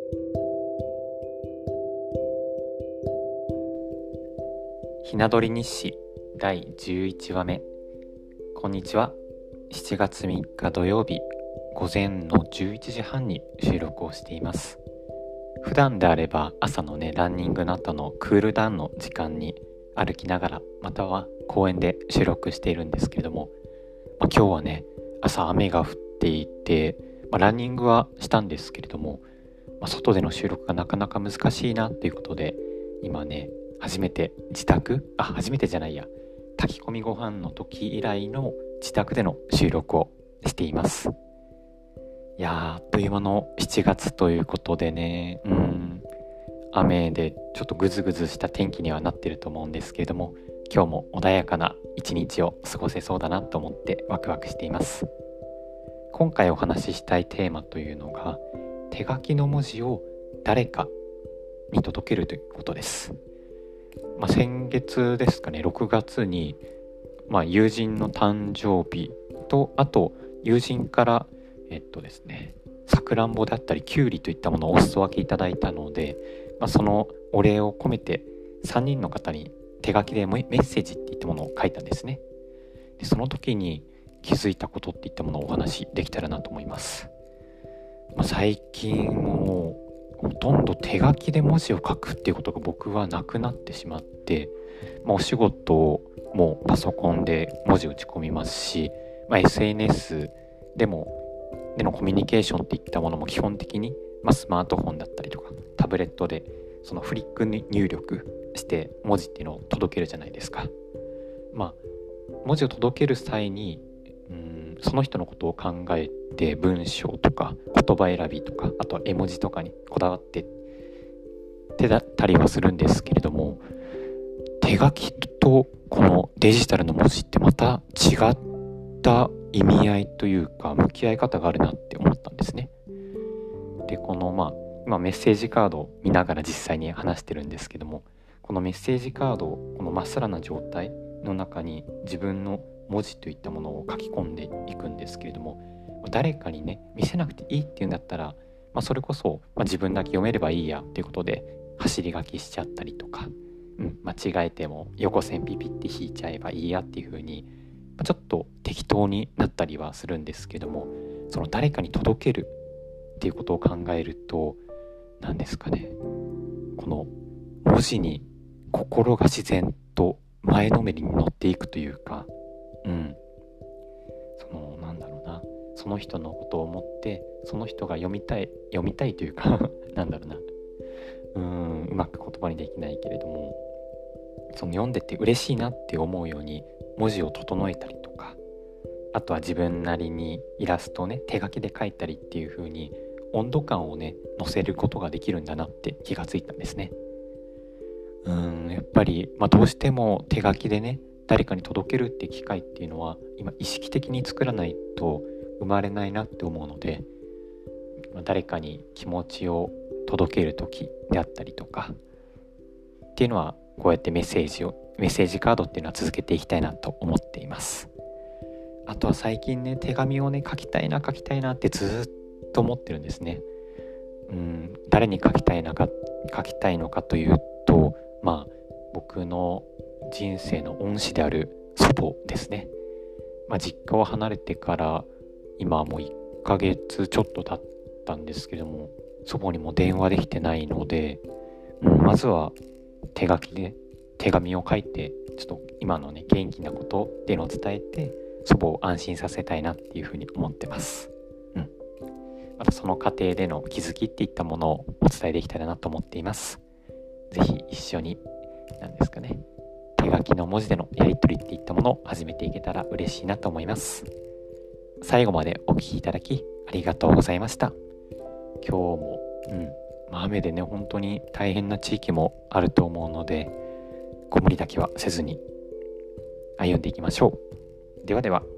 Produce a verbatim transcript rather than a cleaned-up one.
ひな鳥日誌だいじゅういちわめ。こんにちは。しちがつみっか土曜日午前のじゅういちじはんに収録をしています。普段であれば朝のねランニングの後のクールダウンの時間に歩きながら、または公園で収録しているんですけれども、まあ、今日はね朝雨が降っていて、まあ、ランニングはしたんですけれども、まあ、外での収録がなかなか難しいなということで、今ね初めて自宅あ初めてじゃないや炊き込みご飯の時以来の自宅での収録をしています。いやーあっという間のしちがつということでね、うん雨でちょっとグズグズした天気にはなってると思うんですけれども、今日も穏やかな一日を過ごせそうだなと思ってワクワクしています。今回お話ししたいテーマというのが、手書きの文字を誰かに届けるということです。まあ、先月ですかね、ろくがつに、まあ、友人の誕生日と、あと友人からえっとですねさくらんぼだったりきゅうりといったものをお裾分けいただいたので、まあ、そのお礼を込めてさんにんの方に手書きでメッセージっていったものを書いたんですね。でその時に気づいたことっていったものをお話しできたらなと思います。まあ、最近もうほとんど手書きで文字を書くっていうことが僕はなくなってしまって、まあ、お仕事もパソコンで文字打ち込みますし、まあ、エスエヌエス でもでのコミュニケーションっていったものも基本的に、まあ、スマートフォンだったりとかタブレットでそのフリックに入力して文字っていうのを届けるじゃないですか。まあ文字を届ける際にうんその人のことを考えて文章とか言葉選びとか、あとは絵文字とかにこだわって手だったりはするんですけれども、手書きとこのデジタルの文字ってまた違った意味合いというか向き合い方があるなって思ったんですね。でこのまあ今メッセージカードを見ながら実際に話してるんですけども、このメッセージカードをこのまっさらな状態の中に自分の文字といったものを書き込んでいくんですけれども、誰かにね見せなくていいっていうんだったら、まあ、それこそ、まあ、自分だけ読めればいいやっていうことで走り書きしちゃったりとか、うん、間違えても横線ピピって引いちゃえばいいやっていう風に、まあ、ちょっと適当になったりはするんですけども、その誰かに届けるっていうことを考えると、何ですかね、この文字に心が自然と前のめりに乗っていくというか、うんそのなんだろうなその人のことを思ってその人が読みたい読みたいというかなんだろうなうーんうまく言葉にできないけれども、その読んでて嬉しいなって思うように文字を整えたりとか、あとは自分なりにイラストをね手書きで描いたりっていう風に温度感をね乗せることができるんだなって気がついたんですね。うーんやっぱり、まあ、どうしても手書きでね誰かに届けるって機会っていうのは今意識的に作らないと生まれないなって思うので、誰かに気持ちを届ける時であったりとかっていうのは、こうやってメッセージをメッセージカードっていうのは続けていきたいなと思っています。あとは最近ね手紙をね書きたいな書きたいなってずっと思ってるんですね。うん誰に書きたいなか書きたいのかというと、まあ僕の人生の恩師である祖母ですね。まあ、実家を離れてから今はもういっかげつちょっと経ったんですけども、祖母にも電話できてないので、うん、まずは手書きで手紙を書いてちょっと今のね元気なことっていうのを伝えて祖母を安心させたいなっていうふうに思ってます。うん、またその過程での気づきっていったものをお伝えできたらなと思っています。ぜひ一緒に何ですかね手書きの文字でのやり取りっていったものを始めていけたら嬉しいなと思います。最後までお聞きいただきありがとうございました。今日も、うんまあ、雨でね本当に大変な地域もあると思うので、ご無理だけはせずに歩んでいきましょう。ではでは。